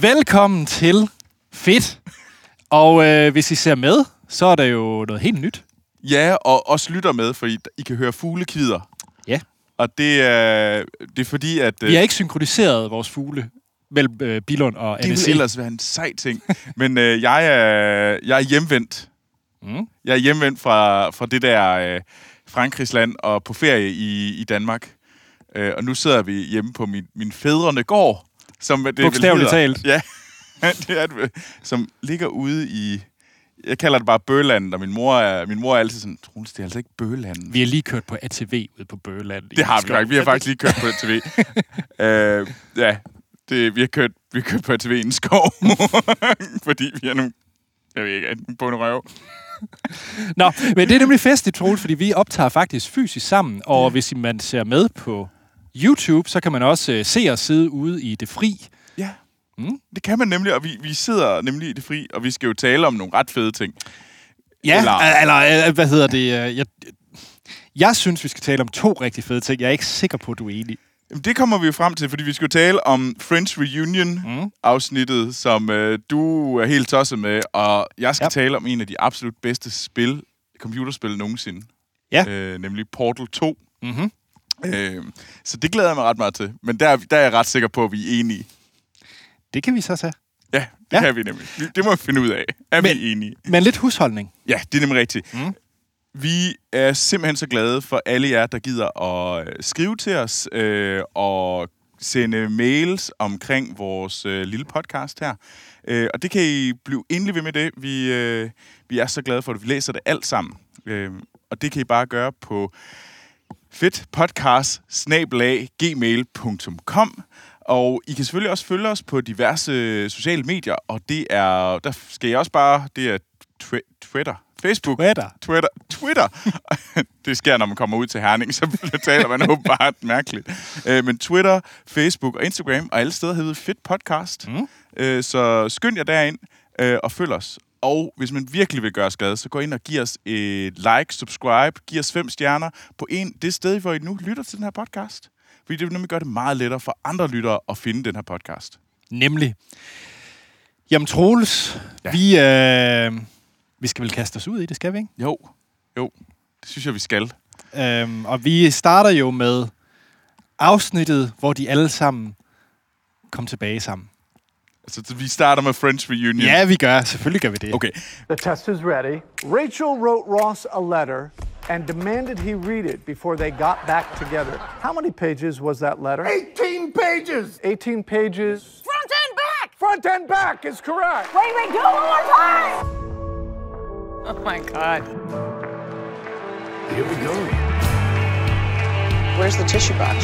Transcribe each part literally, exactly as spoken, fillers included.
Velkommen til Fedt. Og øh, hvis I ser med, så er der jo noget helt nyt. Ja, og også lytter med, for I, I kan høre fuglekvider. Ja. Og det er, det er fordi, at... Vi har ikke synkroniseret vores fugle mellem øh, Billund og A D C. Det vil ellers være en sej ting. Men øh, jeg, er, jeg er hjemvendt. Mm. Jeg er hjemvendt fra, fra det der øh, Frankrigsland og på ferie i, i Danmark. Øh, og nu sidder vi hjemme på min, min fædrene gård. Som det bogstaveligt talt. Ja, det er det, som ligger ude i... Jeg kalder det bare Bøgeland, og min mor er, min mor er altid sådan, Troels, det er altså ikke Bøgeland. Vi har lige kørt på A T V ude på Bøgeland. Det har vi faktisk. Vi har faktisk lige kørt på A T V. uh, ja, det, vi, har kørt, vi har kørt på A T V i en skov, fordi vi er nu, jeg ved ikke, på en røv. Nå, men det er nemlig festligt, Troels, fordi vi optager faktisk fysisk sammen, og ja. Hvis man ser med på YouTube, så kan man også uh, se os sidde ude i det fri. Ja. Mm. Det kan man nemlig, og vi, vi sidder nemlig i det fri, og vi skal jo tale om nogle ret fede ting. Ja, eller, eller hvad hedder det? Jeg, jeg synes, vi skal tale om to rigtig fede ting. Jeg er ikke sikker på, at du er enig. Jamen, det kommer vi jo frem til, fordi vi skal jo tale om Friends Reunion-afsnittet, mm. som øh, du er helt tosset med, og jeg skal ja. tale om en af de absolut bedste spil, computerspil nogensinde. Ja. Øh, nemlig Portal to. Mm-hmm. Øh, så det glæder jeg mig ret meget til. Men der, der er jeg ret sikker på, at vi er enige. Det kan vi så tage. Ja, det ja. kan vi nemlig. Det må vi finde ud af. Er men, vi enige? Men lidt husholdning. Ja, det er nemlig rigtigt. Mm. Vi er simpelthen så glade for alle jer, der gider at skrive til os øh, og sende mails omkring vores øh, lille podcast her. Øh, og det kan I blive endelig ved med det. Vi, øh, vi er så glade for, at vi læser det alt sammen. Øh, og det kan I bare gøre på fedtpodcast snabel-a gmail punktum com. Og I kan selvfølgelig også følge os på diverse sociale medier, og det er, der skal I også bare, det er twi- Twitter, Facebook, Twitter, Twitter, Twitter. Det sker, når man kommer ud til Herning, så taler man åbenbart mærkeligt. Øh, men Twitter, Facebook og Instagram, og alle steder hedder Fedt Podcast. Mm. Øh, så skynd jer derind øh, og følg os. Og hvis man virkelig vil gøre os glade, så gå ind og giv os et like, subscribe, giv os fem stjerner på en, det sted, hvor I nu lytter til den her podcast. Fordi det vil nemlig gøre det meget lettere for andre lyttere at finde den her podcast. Nemlig. Jamen Troels, ja. vi, øh, vi skal vel kaste os ud i det, skal vi ikke? Jo, jo. Det synes jeg, vi skal. Øhm, og vi starter jo med afsnittet, hvor de alle sammen kom tilbage sammen. Altså, vi starter med Friends Reunion. Ja, vi gør. Selvfølgelig gør vi det. Okay. The test is ready. Rachel wrote Ross a letter and demanded he read it before they got back together. How many pages was that letter? eighteen pages! eighteen pages. Front and back! Front and back is correct. Wait, wait, do it one more time! Oh my God. Here we go. Where's the tissue box?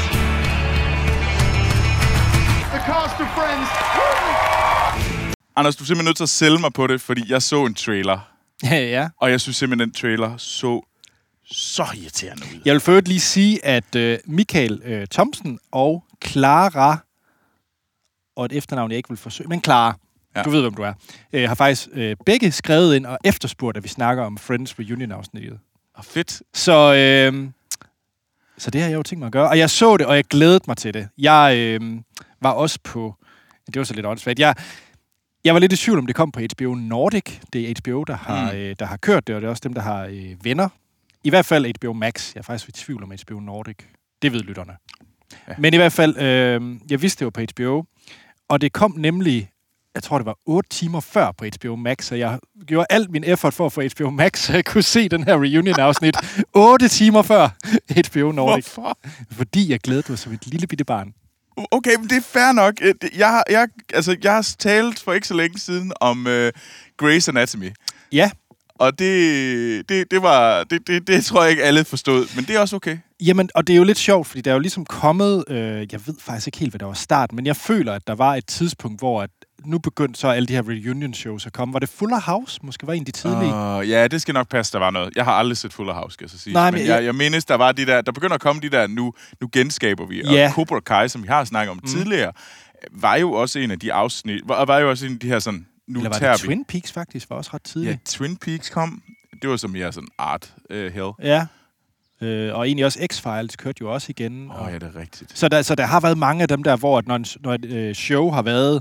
The cast of Friends. Anders, du er simpelthen nødt til at sælge mig på det, fordi jeg så en trailer. Ja, ja. Og jeg synes simpelthen, den trailer så så irriterende ud. Jeg vil først lige sige, at uh, Michael uh, Thomsen og Clara, og et efternavn, jeg ikke vil forsøge, men Clara, ja. Du ved, hvem du er, uh, har faktisk uh, begge skrevet ind og efterspurgt, at vi snakker om Friends Reunion-afsnittet. Og fedt. Så, uh, så det har jeg jo tænkt mig at gøre. Og jeg så det, og jeg glædede mig til det. Jeg uh, var også på... Det var så lidt åndssvagt. Jeg, jeg var lidt i tvivl, om det kom på H B O Nordic. Det er H B O, der har, mm. uh, der har kørt det, og det er også dem, der har uh, venner. I hvert fald H B O Max. Jeg er faktisk i tvivl om H B O Nordic. Det ved lytterne. Ja. Men i hvert fald, øh, jeg vidste det var på H B O, og det kom nemlig, jeg tror det var otte timer før på H B O Max, så jeg gjorde alt min effort for at få H B O Max, så jeg kunne se den her reunion-afsnit otte timer før H B O Nordic. Hvorfor? Fordi jeg glædede mig som et lille bitte barn. Okay, men det er fair nok. Jeg, jeg, altså, jeg har talt for ikke så længe siden om uh, Grey's Anatomy. Ja. Og det, det, det var, det, det, det tror jeg ikke alle forstod, men det er også okay. Jamen, og det er jo lidt sjovt, fordi der er jo ligesom kommet, øh, jeg ved faktisk ikke helt, hvad der var start, men jeg føler, at der var et tidspunkt, hvor at nu begyndte så alle de her reunion-shows at komme. Var det Fuller House? Måske var en af de tidlige? Uh, ja, det skal nok passe, der var noget. Jeg har aldrig set Fuller House, skal jeg så sige. Nej, men men jeg, jeg, jeg mindes, der var de der, der begynder at komme de der, nu, nu genskaber vi. Ja. Og Cobra Kai, som vi har snakket om mm. tidligere, var jo også en af de afsnit, var, var jo også en af de her sådan, nu Eller var tager det vi. Twin Peaks faktisk, var også ret tidligt? Ja, Twin Peaks kom. Det var så mere sådan art uh, hell. Ja. Øh, og egentlig også X-Files kørte jo også igen. Åh, oh, ja, det er rigtigt. Så der, så der har været mange af dem der, hvor når, en, når et øh, show har været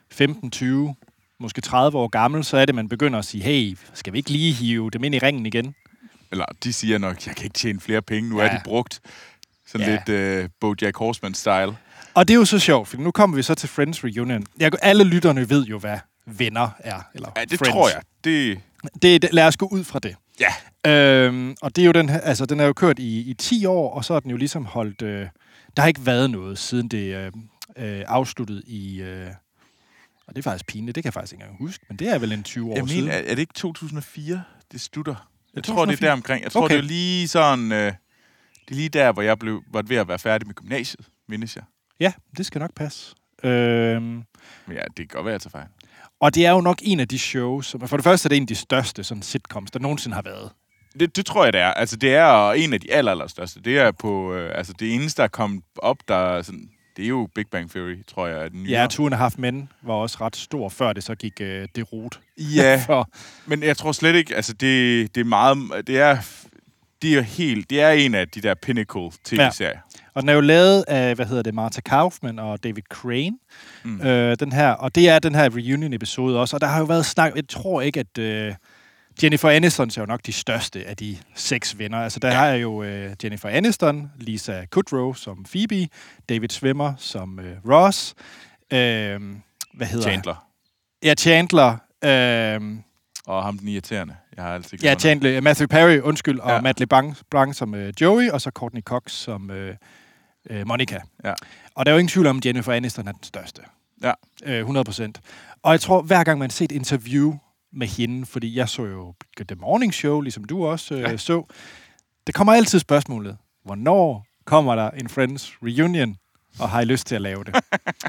femten, tyve, måske tredive år gammel, så er det, man begynder at sige, hey, skal vi ikke lige hive dem ind i ringen igen? Eller de siger nok, jeg kan ikke tjene flere penge, nu Ja. er de brugt. Sådan Ja. lidt uh, BoJack Horseman-style. Og det er jo så sjovt, for nu kommer vi så til Friends Reunion. Jeg, alle lytterne ved jo, hvad venner er. Eller Ja, det Friends. tror jeg. Det... Det, det, lad os gå ud fra det. Ja. Øhm, og det er jo den her, altså den er jo kørt i, i ti år, og så er den jo ligesom holdt, øh, der har ikke været noget, siden det øh, øh, afsluttede i, øh, og det er faktisk pinligt, det kan jeg faktisk ikke engang huske, men det er vel en tyve år Jeg siden. mener, er, er det ikke to tusind og fire, det slutter? Jeg to tror, tusind og det er fire? der omkring. Jeg tror, Okay. det er lige sådan... Øh, det er lige der, hvor jeg blev var ved at være færdig med gymnasiet, mindes jeg. Ja, det skal nok passe. Øhm, Men ja, det kan godt være, at jeg tager fejl. og det er jo nok en af de shows, som, for det første er det en af de største sådan sitcoms, der nogensinde har været. Det, det tror jeg, det er. Altså, det er en af de aller, aller største. Det er på... Øh, altså, det eneste, der er kommet op, der er sådan... Det er jo Big Bang Theory, tror jeg, er den nye. Ja, Two and a Half Men var også ret stor, før det så gik øh, det rot. Ja, for, men jeg tror slet ikke... Altså, det, det er meget... Det er... Det er helt... Det er en af de der pinnacle tv-serier. Og den er jo lavet af, hvad hedder det, Martha Kaufman og David Crane, mm. øh, den her. Og det er den her reunion-episode også. Og der har jo været snak... Jeg tror ikke, at... Øh, Jennifer Aniston er jo nok de største af de seks venner. Altså, der har jo øh, Jennifer Aniston, Lisa Kudrow som Phoebe, David Schwimmer som øh, Ross, øh, hvad hedder... Chandler. Ja, Chandler. Øh, Og ham den irriterende. Jeg har altid ja, Chandler. Matthew Perry, undskyld, og Ja. Matt LeBlanc Blanc som øh, Joey, og så Courtney Cox som øh, øh, Monica. Ja. Og der er jo ingen tvivl om, at Jennifer Aniston er den største. Ja. Øh, hundrede procent. Og jeg tror, hver gang man ser et interview med hende, fordi jeg så jo The Morning Show, ligesom du også øh, ja. så, der kommer altid spørgsmålet, hvornår kommer der en Friends Reunion, og har I lyst til at lave det?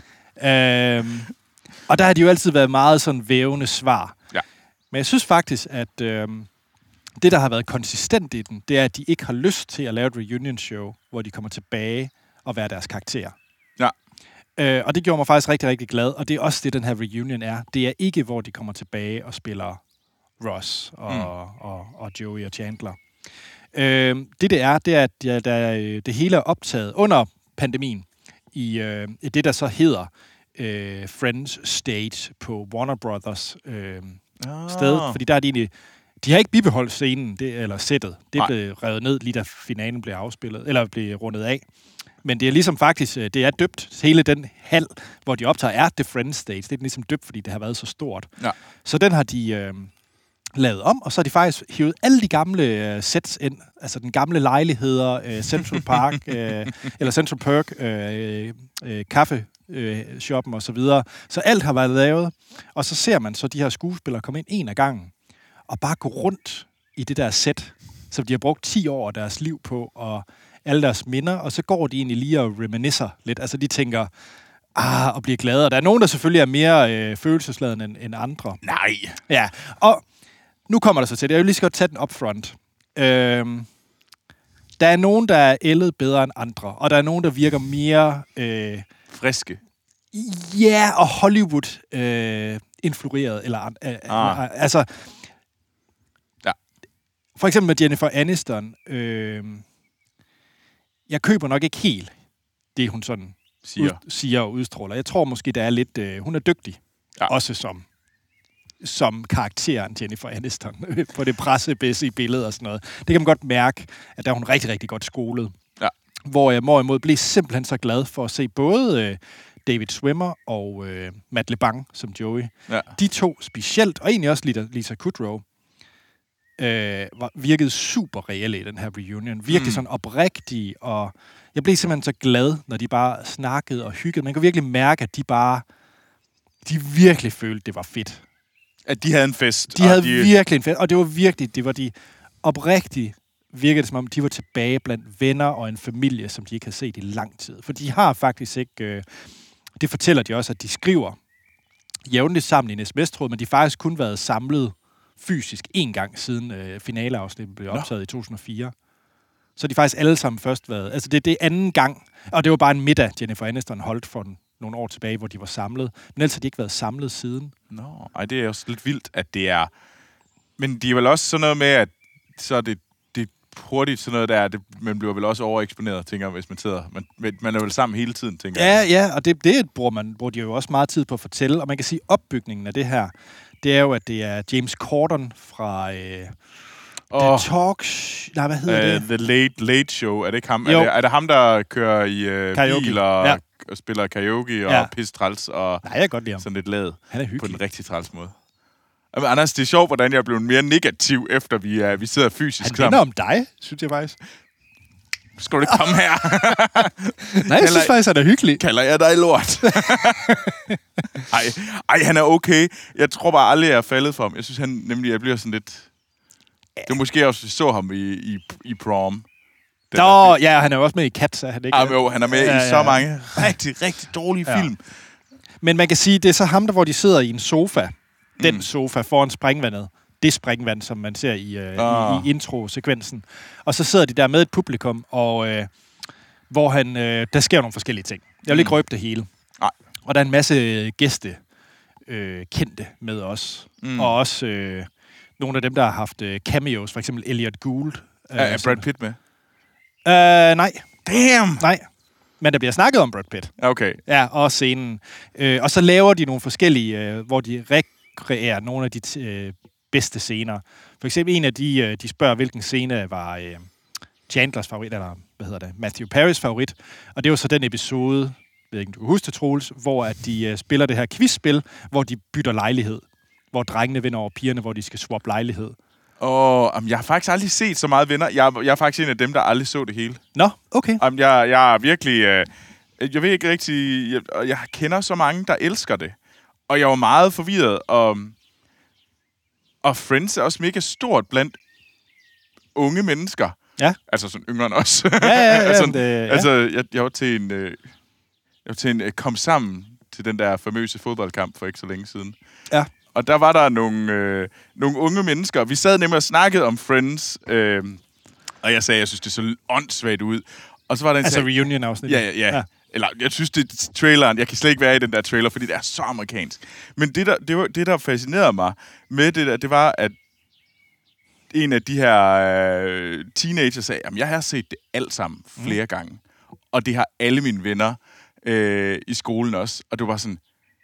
øhm, og der har de jo altid været meget sådan vævende svar. Ja. Men jeg synes faktisk, at øhm, det, der har været konsistent i den, det er, at de ikke har lyst til at lave et reunion show, hvor de kommer tilbage og være deres karakterer. Ja. Øh, og det gjorde mig faktisk rigtig, rigtig glad. Og det er også det, den her reunion er. Det er ikke, hvor de kommer tilbage og spiller Ross og, mm. og, og, og Joey og Chandler. Øh, det, det er, det er, at ja, der, det hele er optaget under pandemien i øh, det, der så hedder øh, Friends Stage på Warner Brothers øh, Ah. sted. Fordi der er de egentlig... De har ikke bibeholdt scenen, det, eller sættet. Det Nej. blev revet ned, lige da finalen blev afspillet, eller blev rundet af. Men det er ligesom faktisk, det er døbt, hele den hal, hvor de optager, er The Friends Stage. Det er ligesom døbt, fordi det har været så stort. Ja. Så den har de øh, lavet om, og så har de faktisk hivet alle de gamle øh, sets ind. Altså den gamle lejligheder, øh, Central Park, øh, eller Central Perk, øh, øh, kaffe, øh, shoppen og så videre. Så alt har været lavet, og så ser man så de her skuespillere komme ind en af gangen, og bare gå rundt i det der sæt, som de har brugt ti år af deres liv på, og alle deres minder, og så går de egentlig lige og reminiscer lidt. Altså, de tænker, ah, og bliver glade. Og der er nogen, der selvfølgelig er mere øh, følelsesladende end, end andre. Nej. Ja, og nu kommer der så til det. Jeg vil lige så godt tage den upfront. Øhm, der er nogen, der er ældet bedre end andre, og der er nogen, der virker mere... Øh, Friske. ja, og Hollywood øh, influeret, eller... Øh, Ah. øh, altså... Ja. For eksempel med Jennifer Aniston. Øh, jeg køber nok ikke helt det, hun sådan Siger. Ud, siger og udstråler. Jeg tror måske, der er lidt... Øh, hun er dygtig. Ja. Også som, som karakteren Jennifer Aniston på det pressebedste i billedet og sådan noget. Det kan man godt mærke, at der er hun rigtig, rigtig godt skolet. Ja. Hvor jeg hvorimod blev simpelthen så glad for at se både øh, David Schwimmer og øh, Matt LeBlanc som Joey. Ja. De to specielt, og egentlig også Lisa, Lisa Kudrow, øh, var, virkede super reelle i den her reunion. Virkelig mm. sådan oprigtige, og jeg blev simpelthen så glad, når de bare snakkede og hyggede. Man kunne virkelig mærke, at de bare, de virkelig følte, det var fedt. At de havde en fest. De havde de... virkelig en fest, og det var virkelig, det var de oprigtige, virkede det som om, de var tilbage blandt venner og en familie, som de ikke har set i lang tid. For de har faktisk ikke, øh, det fortæller de også, at de skriver jævnligt sammen i en sms-tråd, men de har faktisk kun været samlet fysisk en gang siden øh, finaleafsnittet blev optaget Nå. i to tusind og fire. Så de faktisk alle sammen først været... Altså, det er det anden gang, og det var bare en middag, Jennifer Aniston holdt for den, nogle år tilbage, hvor de var samlet. Men ellers har de ikke været samlet siden. Nå, ej, det er også lidt vildt, at det er... Men de er vel også sådan noget med, at så er det, det hurtigt sådan noget der, det, man bliver vel også overeksponeret, tænker jeg, hvis man sidder. Man, man er vel sammen hele tiden, tænker ja, jeg. Ja, og det, det bruger, man, bruger de jo også meget tid på at fortælle. Og man kan sige, opbygningen af det her, det er jo, at det er James Corden fra øh, oh, The Talk... Nej, hvad hedder uh, det? The Late Late Show. Er det ikke ham? Jo. Er det, er det ham, der kører i uh, bil og, ja. og spiller karaoke og ja. pisse træls og Nej, jeg kan godt lide ham. sådan lidt lad? Han er hyggelig. På en rigtig træls måde. Men Anders, det er sjovt, hvordan jeg er blevet mere negativ, efter vi, uh, vi sidder fysisk sammen. sammen. Han minder om dig, synes jeg faktisk. Skal du ikke komme her? Nej, jeg synes faktisk, han er hyggelig. Kalder jeg dig lort? ej, ej, han er okay. Jeg tror bare aldrig, jeg er faldet for ham. Jeg synes, han nemlig jeg bliver sådan lidt... Det er måske også, vi så ham i, i, i Prom. Nå, ja, han er jo også med i Cats, er han ikke? Ah, jo, han er med ja, i så ja. mange rigtig, rigtig dårlige ja. film. Men man kan sige, det er så ham, der hvor de sidder i en sofa. Den mm. sofa foran springvandet. Det springvand, som man ser i, øh, oh. i, i intro-sekvensen. Og så sidder de der med et publikum, og øh, hvor han, øh, der sker nogle forskellige ting. Jeg vil ikke røbe det hele. Nej. Og der er en masse gæste øh, kendte med os. Mm. Og også øh, nogle af dem, der har haft øh, cameos. For eksempel Elliot Gould. Øh, er Brad Pitt med? Øh, nej. Damn! Nej. Men der bliver snakket om Brad Pitt. Okay. Ja, og scenen. Øh, og så laver de nogle forskellige, øh, hvor de rekreerer nogle af de t- øh, bedste scener. For eksempel en af de, øh, de spørger, hvilken scene var øh, Chandlers favorit, eller hvad hedder det, Matthew Perrys favorit. Og det var så den episode, jeg ved ikke, du kan huske det, Troels, hvor at de øh, spiller det her quizspil, hvor de bytter lejlighed. Hvor drengene vinder over pigerne, hvor de skal swappe lejlighed. Åh, oh, jeg har faktisk aldrig set så meget venner. Jeg, jeg er faktisk en af dem, der aldrig så det hele. Nå, okay. Um, jeg, jeg er virkelig... Øh, jeg ved ikke rigtig... Jeg, jeg kender så mange, der elsker det. Og jeg var meget forvirret. Og, og Friends er også mega stort blandt unge mennesker. Ja. Altså sådan yngre end os. Ja, ja, ja. altså, det, ja. altså jeg, jeg var til en... Øh, jeg var til en... Øh, kom sammen til den der famøse fodboldkamp for ikke så længe siden. Ja. Og der var der nogle, øh, nogle unge mennesker. Vi sad nemlig og snakkede om Friends, øh, og jeg sagde, jeg synes, det så åndssvagt ud. Og så var der en altså sag, reunion-afsnit. Ja, ja, ja, ja. Eller, jeg synes, det er traileren. Jeg kan slet ikke være i den der trailer, fordi det er så amerikansk. Men det, der, det, var, det, der fascinerede mig med det der, det var, at en af de her øh, teenager sagde, jamen, jeg har set det alt sammen flere mm. gange. Og det har alle mine venner øh, i skolen også. Og det var sådan,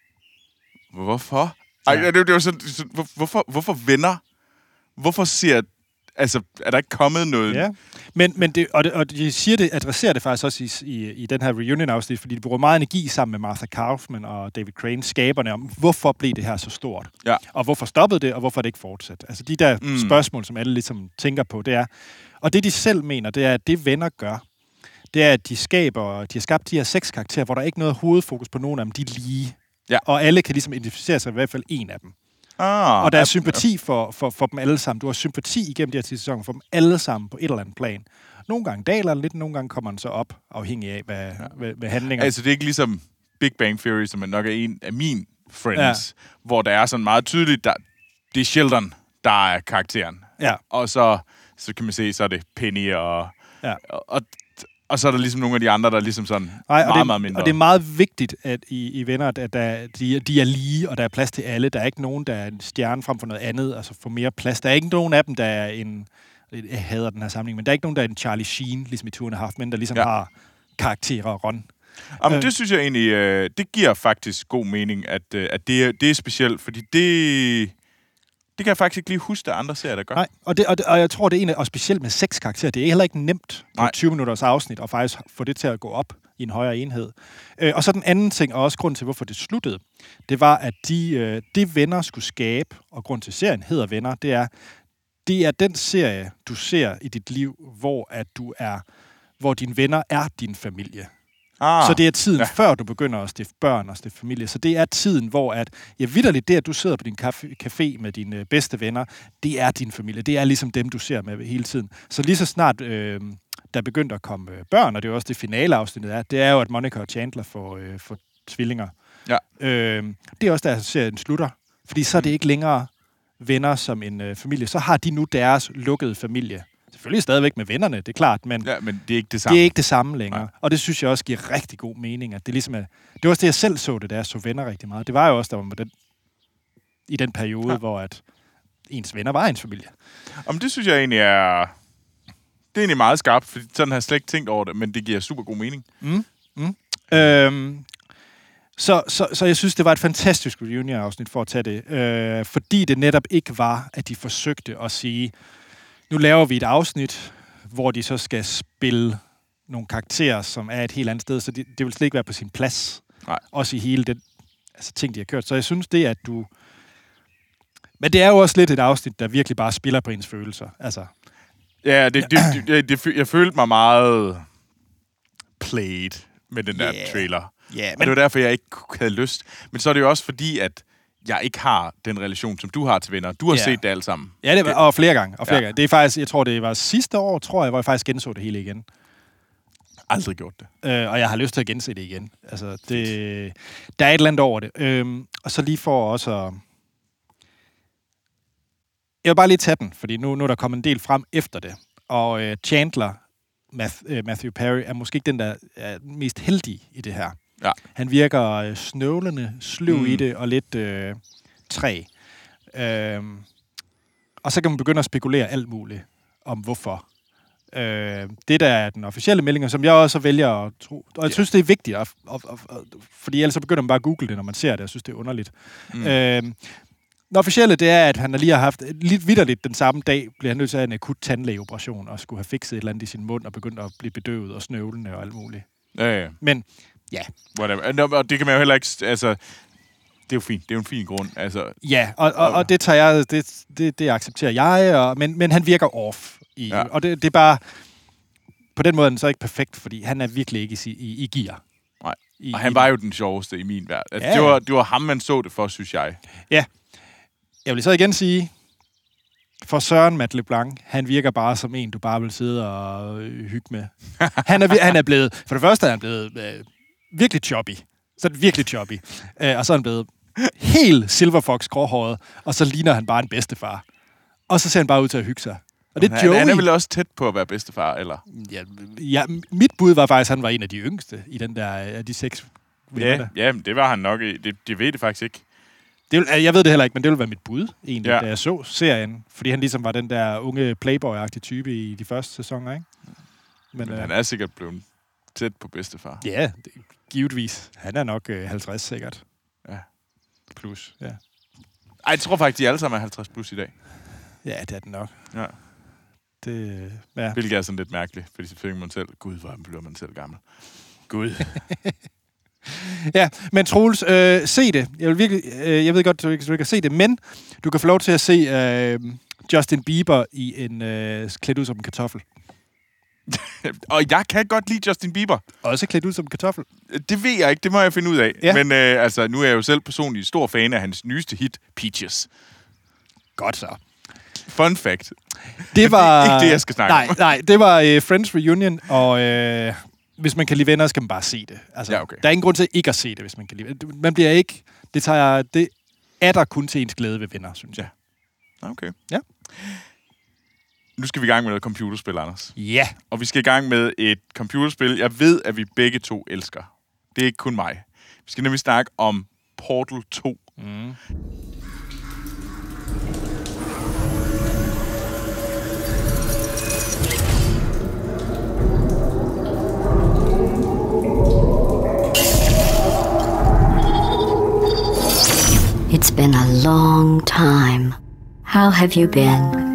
hvorfor? Ej, det, det var sådan, hvor, hvorfor, hvorfor venner? Hvorfor siger... Altså, er der ikke kommet noget... Ja, men, men det, og, det, og de siger det, adresserer det faktisk også i, i, i den her reunion-afsnit, fordi de bruger meget energi sammen med Martha Kaufman og David Crane, skaberne, om hvorfor blev det her så stort? Ja. Og hvorfor stoppede det, og hvorfor det ikke fortsat? Altså, de der mm. spørgsmål, som alle ligesom tænker på, det er... Og det, de selv mener, det er, at det venner gør, det er, at de skaber... De har skabt de her seks karakterer, hvor der er ikke noget hovedfokus på nogen af dem, de er lige... Ja. Og alle kan ligesom identificere sig i hvert fald en af dem. Ah, og der er sympati for, for, for dem alle sammen. Du har sympati igennem de her ti sæsoner for dem alle sammen på et eller andet plan. Nogle gange daler lidt, nogle gange kommer den så op, afhængig af, hvad, ja. hvad, hvad handlinger... Altså, det er ikke ligesom Big Bang Theory, som er nok er en af mine friends, ja. Hvor der er sådan meget tydeligt, der, det er Sheldon, der er karakteren. Ja. Og så, så kan man se, så er det Penny og... Ja. og, og Og så er der ligesom nogle af de andre, der er ligesom sådan Ej, meget, det, meget mindre. Og det er meget vigtigt, at i, i venner, at der, de, de er lige, og der er plads til alle. Der er ikke nogen, der er en stjerne frem for noget andet, altså får mere plads. Der er ikke nogen af dem, der er en... Jeg hader den her sammenhæng, men der er ikke nogen, der er en Charlie Sheen, ligesom i Two and a Half Men, der ligesom ja. har karakterer og Ron. Jamen, øh. det synes jeg egentlig, øh, det giver faktisk god mening, at, øh, at det, er, det er specielt, fordi det... Det kan jeg faktisk ikke lige huske, at andre serier, der gør. Nej, og, det, og, det, og jeg tror, det er en af, og specielt med seks karakterer, det er heller ikke nemt på tyve minutters afsnit, og faktisk få det til at gå op i en højere enhed. Øh, og så den anden ting, og også grund til, hvorfor det sluttede, det var, at de, øh, det venner skulle skabe, og grund til serien hedder Venner, det er, det er den serie, du ser i dit liv, hvor at du er, hvor dine venner er din familie. Ah, så det er tiden, ja. før du begynder at stifte børn og stifte familie. Så det er tiden, hvor at, ja, vitterligt det, at du sidder på din café med dine bedste venner, det er din familie. Det er ligesom dem, du ser med hele tiden. Så lige så snart øh, der begyndte at komme børn, og det er jo også det finaleafsnittet er, det er jo, at Monica og Chandler får, øh, får tvillinger. Ja. Øh, det er også der, serien slutter. Fordi så er det ikke længere venner som en øh, familie. Så har de nu deres lukkede familie. Selvfølgelig stadigvæk med vennerne, det er klart, men, ja, men det er ikke det samme. Det er ikke det samme længere. Nej. Og det synes jeg også giver rigtig god mening, at det ligesom er... Det var også det, jeg selv så det, da jeg så Venner rigtig meget. Det var jo også, der var med den, i den periode, ja. hvor at ens venner var ens familie. Om det synes jeg egentlig er... det er egentlig meget skarpt, for sådan har jeg slet ikke tænkt over det, men det giver super god mening. Mm. Mm. Øhm, så, så, så jeg synes, det var et fantastisk reunion-afsnit for at tage det. Øh, fordi det netop ikke var, at de forsøgte at sige, nu laver vi et afsnit, hvor de så skal spille nogle karakterer, som er et helt andet sted, så det, det vil slet ikke være på sin plads. Nej. Også i hele den altså, ting, de har kørt. Så jeg synes, det at du... Men det er jo også lidt et afsnit, der virkelig bare spiller på ens følelser. Altså... Ja, det, det, det, det, det, jeg følte mig meget played med den der yeah. trailer. Yeah, men... men... Og det var derfor, jeg ikke havde lyst. Men så er det jo også fordi, at jeg ikke har den relation, som du har til venner. Du har yeah. set det alt sammen. Ja, det var, og flere gange. Og flere ja. gange. Det er faktisk, jeg tror, det var sidste år, tror jeg, hvor jeg faktisk genså det hele igen. Aldrig gjort det. Øh, og jeg har lyst til at gense det igen. Altså, det, der er et eller andet over det. Øhm, og så lige for også... Jeg vil bare lige tage den, fordi nu, nu er der kommet en del frem efter det. Og øh, Chandler, Math, øh, Matthew Perry, er måske ikke den, der er mest heldig i det her. Ja. Han virker øh, snøvlende, sløv mm. i det, og lidt øh, træ. Øhm, og så kan man begynde at spekulere alt muligt om hvorfor. Øh, det der er den officielle melding, som jeg også vælger at tro. Og jeg yeah. synes, det er vigtigt, at, at, at, at, fordi ellers så begynder man bare at google det, når man ser det. Jeg synes, det er underligt. Mm. Øh, Den officielle, det er, at han lige har haft lidt vitterligt den samme dag, bliver han nødt til at have en akut tandlægeoperation og skulle have fikset et eller andet i sin mund og begyndt at blive bedøvet og snøvlende og alt muligt. Ja, ja. Men, ja. Whatever. Og det kan man jo heller ikke... Altså, det er jo fint. Det er jo en fin grund. Altså, ja, og, og, og det tager jeg... Det, det, det accepterer jeg, og, men, men han virker off. I, ja. Og det, det er bare... På den måde er den så ikke perfekt, fordi han er virkelig ikke i, i, i gear. Nej. I, og han i, var jo den sjoveste i min verden. Altså, ja. det, var, det var ham, man så det for, synes jeg. Ja. Jeg vil så igen sige, for Søren Matt LeBlanc, han virker bare som en, du bare vil sidde og hygge med. Han er, han er blevet, for det første er han blevet øh, virkelig choppy. Så er det virkelig choppy. Øh, og så er han blevet helt Silver Fox gråhåret, og så ligner han bare en bedstefar. Og så ser han bare ud til at hygge sig. Og det er han, Joey. Han er vel også tæt på at være bedstefar, eller? Ja, ja, mit bud var faktisk, at han var en af de yngste i den der af de seks venner. Ja, ja, det var han nok. Det, det ved det faktisk ikke. Det vil, jeg ved det heller ikke, men det ville være mit bud, egentlig, ja. da jeg så serien. Fordi han ligesom var den der unge playboy-agtige type i de første sæsoner, ikke? Men, men øh, han er sikkert blevet tæt på bedstefar. Ja, det, givetvis. Han er nok øh, halvtreds sikkert. Ja. Plus, ja. Ej, jeg tror faktisk, de alle sammen er halvtreds plus i dag. Ja, det er den nok. Ja. Det, ja. Hvilket er sådan lidt mærkeligt, fordi så føler man selv, gud, hvor bliver man selv gammel. Gud. Ja, men Troels, øh, se det. Jeg vil virkelig, øh, jeg ved godt, du ikke, du ikke kan se det, men du kan få lov til at se øh, Justin Bieber i en øh, klædt ud som en kartoffel. Og jeg kan godt lide Justin Bieber. Også klædt ud som en kartoffel. Det ved jeg ikke, det må jeg finde ud af. Ja. Men øh, altså, nu er jeg jo selv personligt stor fan af hans nyeste hit, Peaches. Godt så. Fun fact. Det var... det er ikke det, jeg skal snakke nej, om. Nej, det var øh, Friends Reunion, og øh, hvis man kan lide venner, skal man bare se det. Altså, ja, okay. Der er ingen grund til ikke at se det, hvis man kan lide venner. Man bliver ikke... Det, tager, det er der kun til ens glæde ved venner, synes jeg. Okay. Ja. Nu skal vi i gang med noget computerspil, Anders. Ja. Og vi skal i gang med et computerspil, jeg ved, at vi begge to elsker. Det er ikke kun mig. Vi skal nemlig snakke om Portal to. Mm. It's been a long time. How have you been?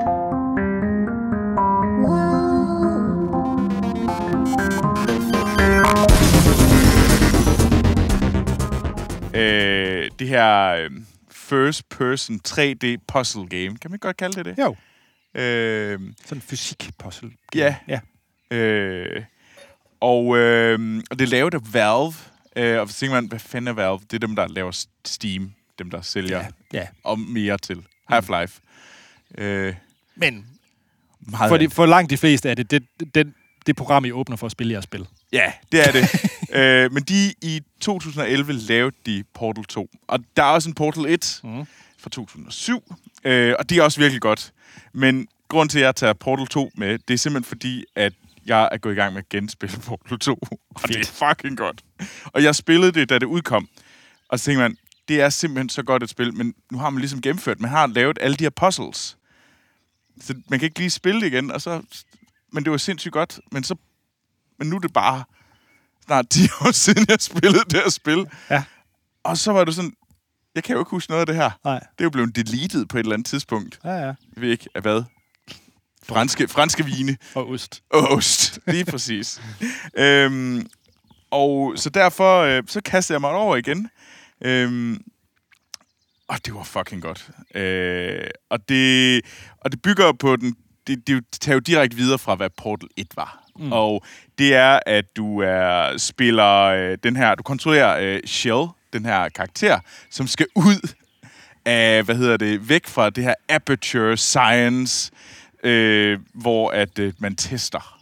Øh, det her øh, first-person tre D puzzle game. Kan man godt kalde det det? Jo. Øh, Sådan en fysik-puzzle. Ja. ja. Øh, og, øh, og det er lavet af Valve. Øh, og så tænker man, hvad fanden er Valve? Det er dem, der laver Steam. Dem, der sælger ja. Ja. og mere til. Half-Life. Mm. Øh, Men for, de, for langt de fleste er det det, det det program, I åbner for at spille jeres spil. Ja, det er det. øh, men de i to tusind og elleve lavede de Portal to. Og der er også en Portal et mm. fra to tusind og syv. Øh, og det er også virkelig godt. Men grund til, at jeg tager Portal to med, det er simpelthen fordi, at jeg er gået i gang med at genspille Portal to. Og det er fucking godt. Og jeg spillede det, da det udkom. Og så tænkte man, det er simpelthen så godt et spil, men nu har man ligesom gennemført. Man har lavet alle de her puzzles. Så man kan ikke lige spille det igen, og så men det var sindssygt godt. Men, så, men nu er det bare snart ti år siden, jeg spillede det her spil. Ja. Og så var det sådan, jeg kan jo ikke huske noget af det her. Nej. Det er jo blevet deleted på et eller andet tidspunkt. Ja, ja. Jeg ved ikke, af hvad? Franske, franske vine. Og ost. Og ost, lige præcis. øhm, og så derfor, øh, så kastede jeg mig over igen. Øhm, og det var fucking godt. Øh, og, det, og det bygger på den, det, det tager jo direkte videre fra, hvad Portal et var. Mm. Og det er, at du er spiller øh, den her, du kontrollerer øh, Shell, den her karakter, som skal ud af, hvad hedder det, væk fra det her Aperture Science, øh, hvor at øh, man tester.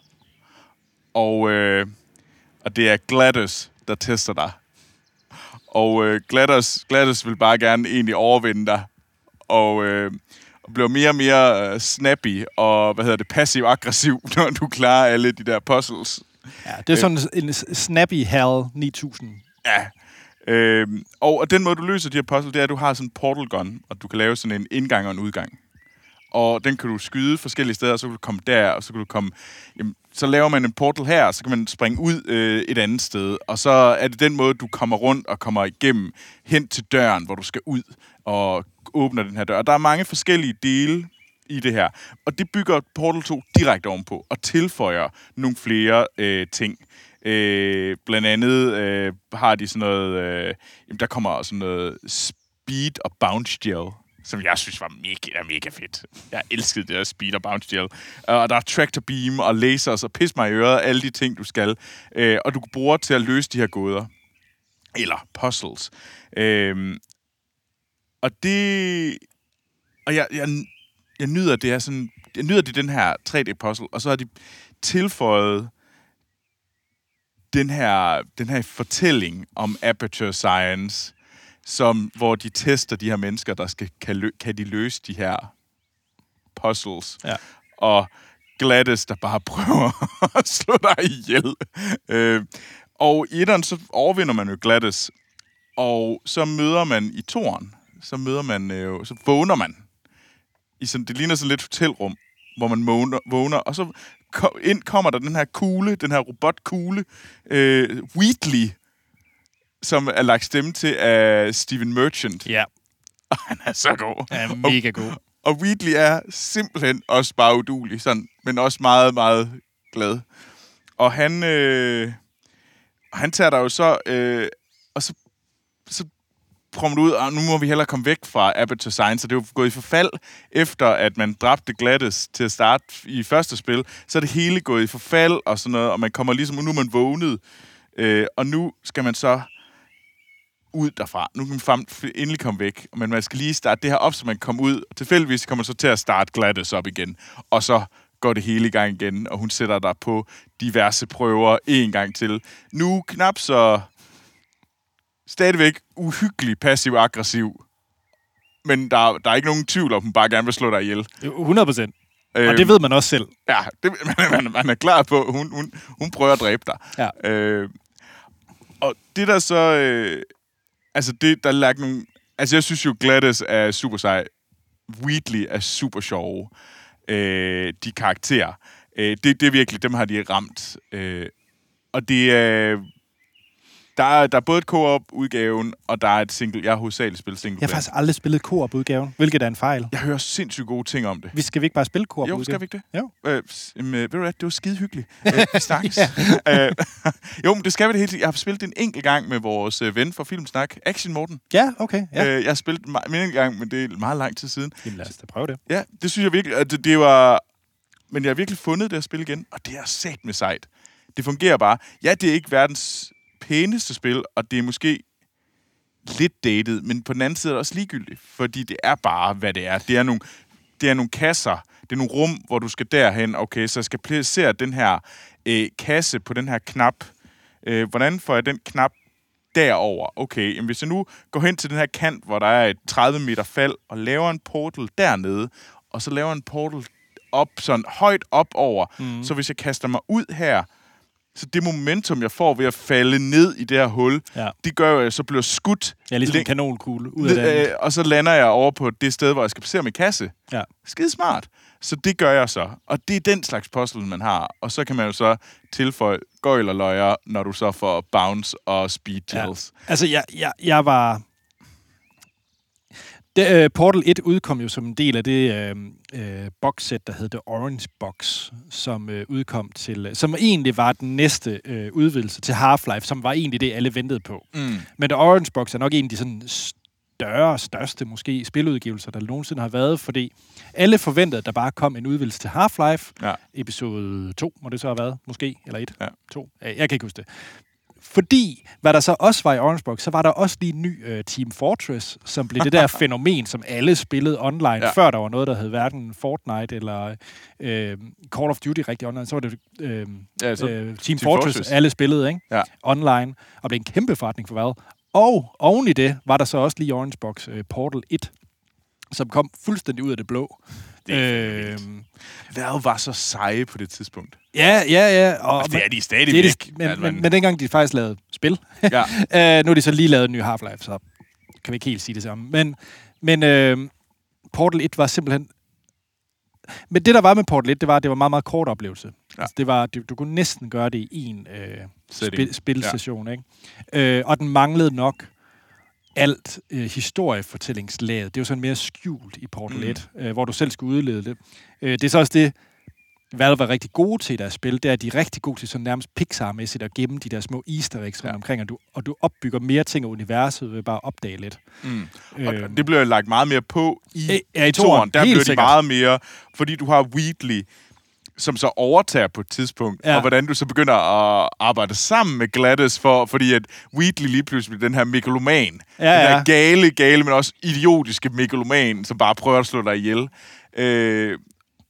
Og, øh, og det er GLaDOS, der tester dig. Og øh, GLaDOS, GLaDOS vil bare gerne egentlig overvinde dig. Og, øh, og bliver mere og mere øh, snappy og, hvad hedder det, passiv-aggressiv, når du klarer alle de der puzzles. Ja, det er sådan en snappy Hal ni tusind. Ja. Øh, og, og den måde, du løser de her puzzles, det er, at du har sådan en portal gun, og du kan lave sådan en indgang og en udgang. Og den kan du skyde forskellige steder, og så kan du komme der, og så kan du komme... Jamen, så laver man en portal her, og så kan man springe ud øh, et andet sted. Og så er det den måde, du kommer rundt og kommer igennem hen til døren, hvor du skal ud og åbner den her dør. Og der er mange forskellige dele i det her. Og det bygger Portal to direkte ovenpå og tilføjer nogle flere øh, ting. Øh, blandt andet øh, har de sådan noget... Øh, jamen, der kommer sådan noget speed og bounce gel, som jeg synes var mega, mega fedt. Jeg elskede det der speed og bounce gel. Og der er tractor beam og lasers og pis mig i øret, alle de ting, du skal. Øh, og du bruger til at løse de her gåder. Eller puzzles. Øh, og det... Og jeg, jeg, jeg nyder det er sådan... Jeg nyder det den her tre D-puzzle, og så har de tilføjet den her, den her fortælling om Aperture Science, som, hvor de tester de her mennesker, der skal, kan, lø, kan de løse de her puzzles. Ja. Og GLaDOS, der bare prøver at slå dig ihjel. Øh, og i etteren, så overvinder man jo GLaDOS, og så møder man i toeren, så møder man jo, så vågner man. I sådan, det ligner sådan lidt hotelrum, hvor man vågner, vågner og så ind kommer der den her kugle, den her robotkugle, øh, Wheatley, som er lagt stemme til af Stephen Merchant. Ja. Og han er så god. Han er mega god. Og, og Wheatley er simpelthen også bare uduelig, sådan, men også meget, meget glad. Og han, øh, han tager der jo så, øh, og så, så prøver man ud, og nu må vi hellere komme væk fra Aperture Science, og det er jo gået i forfald, efter at man dræbte GLaDOS til at starte i første spil, så er det hele gået i forfald og sådan noget, og man kommer ligesom, nu er man vågnet, øh, og nu skal man så ud derfra. Nu kan man endelig komme væk, men man skal lige starte det her op, så man kommer ud, og tilfældigvis kommer man så til at starte GLaDOS op igen, og så går det hele i gang igen, og hun sætter dig på diverse prøver en gang til. Nu knap så stadigvæk uhyggelig passiv-aggressiv, men der, der er ikke nogen tvivl om, hun bare gerne vil slå dig ihjel. hundrede procent. Øhm, og det ved man også selv. Ja, det, man, man er klar på, hun, hun, hun prøver at dræbe dig. Ja. Øh, og det der så... Øh, altså, det, der er lagt nogle... Altså, jeg synes jo, GLaDOS er super sej. Wheatley er super sjove. Øh, de karakterer. Øh, det, det er virkelig... Dem har de ramt. Øh, og det er... Øh, Der er, der er både et co-op-udgaven, og der er et single... Jeg har hovedsageligt spillet single. Jeg har faktisk aldrig spillet co-op-udgaven, hvilket er en fejl. Jeg hører sindssygt gode ting om det. Vi skal vi ikke bare spille co-op-udgaven? Jo, skal vi ikke det? Jo. Øh, øh, ved du hvad, det var skide hyggeligt. Øh, vi snakkes. øh, jo, men det skal vi det hele tiden. Jeg har spillet det en enkelt gang med vores øh, ven fra Filmsnak, Action Morten. Ja, okay. Ja. Øh, jeg har spillet den en enkelt gang, men det er meget lang tid siden. Jamen lad os da prøve det. Ja, det synes jeg virkelig... At det, det var... Men jeg har virkelig fundet det at spille igen, og det er sat med sejt. Det fungerer bare. Ja, det er ikke verdens pæneste spil, og det er måske lidt dated, men på den anden side er det også ligegyldigt, fordi det er bare, hvad det er. Det er nogle, det er nogle kasser, det er nogle rum, hvor du skal derhen. Okay, så jeg skal placere den her øh, kasse på den her knap. Øh, hvordan får jeg den knap derover? Okay, jamen hvis jeg nu går hen til den her kant, hvor der er et tredive meter fald, og laver en portal dernede, og så laver en portal op, sådan højt op over, mm. så hvis jeg kaster mig ud her, så det momentum, jeg får ved at falde ned i det her hul, ja. det gør jo, at jeg så bliver skudt. Ja, ligesom en kanonkugle ud af det. Øh, og så lander jeg over på det sted, hvor jeg skal placere min kasse. Ja. Skide smart. Så det gør jeg så. Og det er den slags puzzle, man har. Og så kan man jo så tilføje gøjl og løjer, når du så får bounce og speed gels. Ja. Altså, jeg, jeg, jeg var... Det, uh, Portal et udkom jo som en del af det uh, uh, boxset, der hed The Orange Box, som uh, udkom til... Som egentlig var den næste uh, udvidelse til Half-Life, som var egentlig det, alle ventede på. Mm. Men The Orange Box er nok en af de sådan større, største måske spiludgivelser, der nogensinde har været, fordi alle forventede, at der bare kom en udvidelse til Half-Life. Ja. Episode to, må det så have været, måske, eller et, ja. to. Jeg kan ikke huske det. Fordi, hvad der så også var i Orange Box, så var der også lige en ny uh, Team Fortress, som blev det der fænomen, som alle spillede online, ja. Før der var noget, der hed hverken Fortnite eller uh, Call of Duty rigtig online. Så var det uh, ja, så uh, Team, Team Fortress, Fortress, alle spillede, ikke? Ja. Online, og blev en kæmpe forretning for hvad. Og oven i det var der så også lige Orange Box uh, Portal et, som kom fuldstændig ud af det blå. Det øh, Valve var så seje på det tidspunkt. Ja, ja, ja. Og altså, det er de stadigvæk. Det de, men, altså, men, men dengang de faktisk lavede spil, ja. øh, nu er de så lige lavet en ny Half-Life, så kan vi ikke helt sige det samme. Men, men øh, Portal et var simpelthen... Men det, der var med Portal et, det var, at det var en meget, meget kort oplevelse. Ja. Altså, det var, du, du kunne næsten gøre det i en øh, spil, spilsession, ja. Ikke? Øh, og den manglede nok alt øh, historiefortællingslaget. Det er jo sådan mere skjult i Portal et, mm. øh, hvor du selv skulle udlede det. Øh, det er så også det, Valve var rigtig gode til i deres spil, det er, at de er rigtig gode til sådan nærmest Pixar-mæssigt at gemme de der små easter eggs rundt ja. omkring, og du, og du opbygger mere ting af universet ved bare at opdage lidt. Mm. Øh, og det bliver lagt meget mere på i, ja, i toren. Der bliver de meget mere, fordi du har Wheatley, som så overtager på et tidspunkt, ja. Og hvordan du så begynder at arbejde sammen med Gladys, for, fordi at Wheatley lige pludselig bliver den her megaloman. Ja, den her ja. gale, gale, men også idiotiske megaloman, som bare prøver at slå dig ihjel. Øh,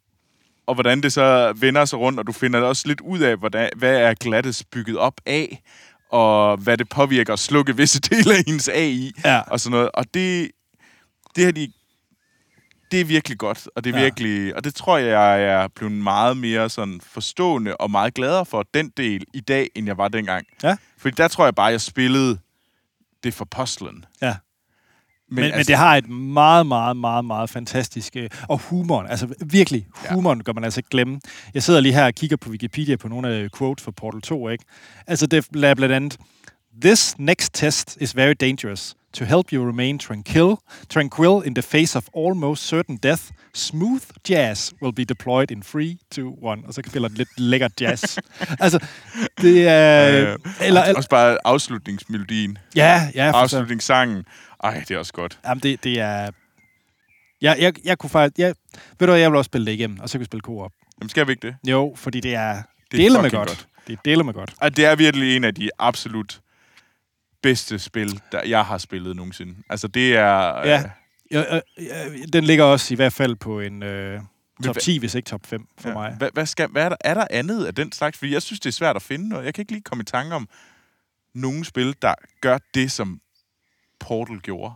og hvordan det så vender sig rundt, og du finder også lidt ud af, hvordan, hvad er Gladys bygget op af, og hvad det påvirker at slukke visse dele af hendes A I, ja. Og sådan noget. Og det, det har de... Det er virkelig godt, og det er ja. virkelig, og det tror jeg, jeg er blevet meget mere sådan forstående og meget gladere for den del i dag, end jeg var dengang. Ja. Fordi der tror jeg bare, jeg spillede det for puzzlen. Ja. Men, men, altså, men det har et meget, meget, meget, meget fantastisk... Og humoren, altså virkelig, humoren ja. gør man altså ikke glemme. Jeg sidder lige her og kigger på Wikipedia på nogle af quotes for Portal to, ikke? Altså det er blandt andet... This next test is very dangerous. To help you remain tranquil, tranquil in the face of almost certain death, smooth jazz will be deployed in three, two, one. Og så spiller den lidt lækker jazz. Altså, det er... Øh, eller, eller, også bare afslutningsmelodien. Ja, ja. Afslutningssangen. Ej, det er også godt. Jamen, det, det er... Jeg, jeg, jeg kunne faktisk... Jeg, ved du hvad, jeg vil også spille det igennem, og så kan vi spille co-op. Jamen, skal vi ikke det? Jo, fordi det er... Det er med godt. godt. Det er dele med godt. Og det er virkelig en af de absolut... bedste spil, der jeg har spillet nogensinde. Altså, det er... Ja, ja, ja, ja den ligger også i hvert fald på en øh, top ti, hvis ikke top fem for ja. mig. Hvad, hvad skal, hvad er, der, er der andet af den slags? Fordi jeg synes, det er svært at finde noget. Jeg kan ikke lige komme i tanke om nogle spil, der gør det, som Portal gjorde.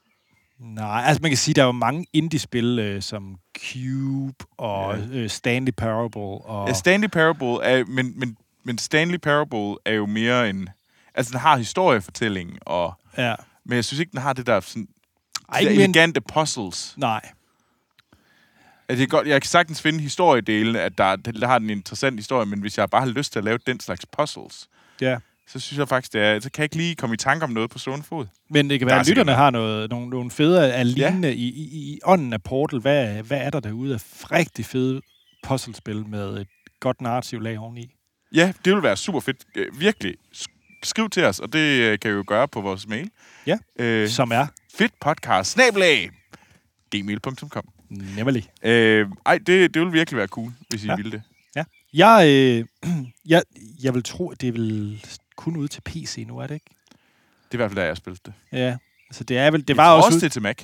Nej, altså man kan sige, der er jo mange indie-spil, øh, som Cube og ja. øh, Stanley Parable. Og... Ja, Stanley Parable er... Men, men, men Stanley Parable er jo mere en... Altså, den har historiefortælling, og... Ja. Men jeg synes ikke, den har det der sådan... Ej, de der men... elegante puzzles. Nej. Altså, jeg, godt, jeg kan sagtens finde historiedelen, at der, der har en interessant historie, men hvis jeg bare har lyst til at lave den slags puzzles, ja. så synes jeg faktisk, det er... Så kan jeg ikke lige komme i tanke om noget på stående fod. Men det kan være, at lytterne har noget, nogle, nogle fede af lignende ja. i, i, i ånden af Portal. Hvad, hvad er der derude af rigtig fede puzzlespil med et godt narrativ lag oveni? Ja, det vil være super fedt. Virkelig. Skriv til os, og det kan vi jo gøre på vores mail. Ja, øh, som er... fedtpodcast snabel-a gmail punktum com. Nemlig. Øh, ej, det, det ville virkelig være cool, hvis I ja. ville det. Ja. Jeg, øh, jeg, jeg vil tro, at det vil kun ud til P C nu, er det ikke? Det er i hvert fald, da jeg spillede det. Ja, altså det er vel... Det jeg var tror også, også ud... det til Mac.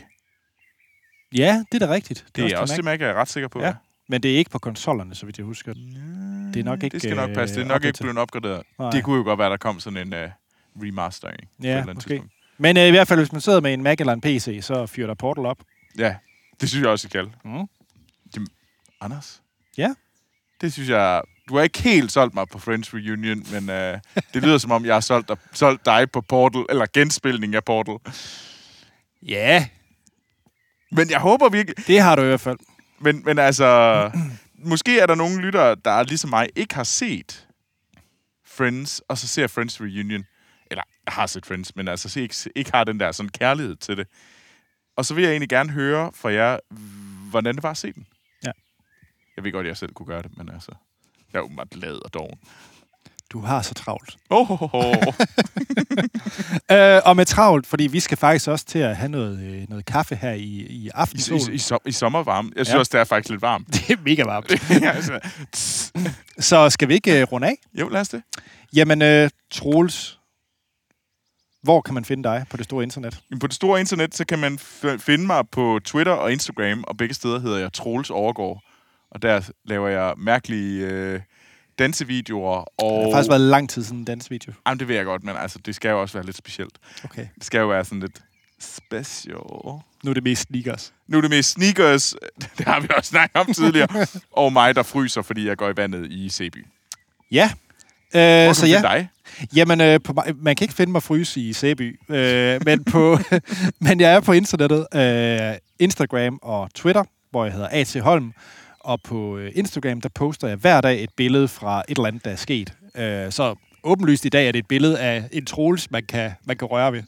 Ja, det er da rigtigt. Det, det er også, også til Mac, er jeg ret sikker på. Ja. Men det er ikke på konsollerne, så vidt jeg husker. Ja, det er nok ikke... Det skal nok passe. Det er nok ikke blevet opgraderet. Nej. Det kunne jo godt være, der kom sådan en uh, remastering. Ja, måske. Men uh, i hvert fald, hvis man sidder med en Mac eller en P C, så fyrer der Portal op. Ja, det synes jeg også, jeg kan. Mm. Jamen, Anders? Ja? Det synes jeg... Du har ikke helt solgt mig på Friends Reunion, men uh, det lyder som om, jeg har solgt dig, solgt dig på Portal, eller genspilning af Portal. Ja. Men jeg håber virkelig... Det har du i hvert fald. Men, men altså, måske er der nogle lyttere, der ligesom mig ikke har set Friends, og så ser Friends Reunion. Eller har set Friends, men altså ikke, ikke har den der sådan kærlighed til det. Og så vil jeg egentlig gerne høre fra jer, hvordan det var at se den. Ja. Jeg ved godt, at jeg selv kunne gøre det, men altså, jeg er åbenbart ladet og doven. Du har så travlt. Oh, oh, oh. øh, og med travlt, fordi vi skal faktisk også til at have noget, øh, noget kaffe her i, i aften. I, i, i, som, I sommervarme. Jeg synes Ja. også, det er faktisk lidt varmt. Det er mega varmt. Ja, altså, Så skal vi ikke øh, runde af? jo, lad os det. Jamen, øh, Troels, hvor kan man finde dig på det store internet? På det store internet, så kan man f- finde mig på Twitter og Instagram, og begge steder hedder jeg Troels Overgaard. Og der laver jeg mærkelige øh, dansevideoer. Og... Det har faktisk været lang tid siden en dansevideo. Jamen, det ved jeg godt, men altså, det skal jo også være lidt specielt. Okay. Det skal jo være sådan lidt special. Nu er det mest sneakers. Nu er det mest sneakers, det har vi også snakket om tidligere, og mig, der fryser, fordi jeg går i vandet i Sæby. Ja. Hvor Øh, kan så du ja. finde dig? Jamen, øh, på, man kan ikke finde mig fryse i Sæby, øh, men, på, men jeg er på internettet, øh, Instagram og Twitter, hvor jeg hedder A T Holm. Og på øh, Instagram, der poster jeg hver dag et billede fra et eller andet, der er sket. Øh, så åbenlyst i dag er det et billede af en Troels, man kan, man kan røre ved.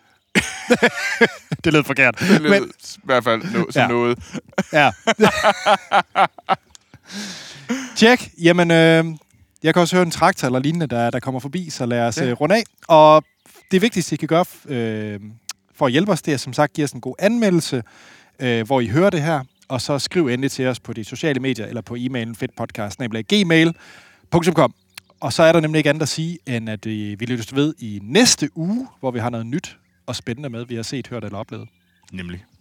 Det lød forkert. Det lød Men, i hvert fald no, som Ja. noget. ja. Tjek. Jamen, øh, jeg kan også høre en traktor eller lignende, der, der kommer forbi, så lad os Ja. ja. runde af. Og det vigtigste, I kan gøre øh, for at hjælpe os, det er som sagt, give os en god anmeldelse, øh, hvor I hører det her. Og så skriv endelig til os på de sociale medier, eller på e-mailen fedtpodcast snabel-a gmail punktum com. Og så er der nemlig ikke andet at sige, end at øh, vi lyttes ved i næste uge, hvor vi har noget nyt og spændende med, vi har set, hørt eller oplevet. Nemlig.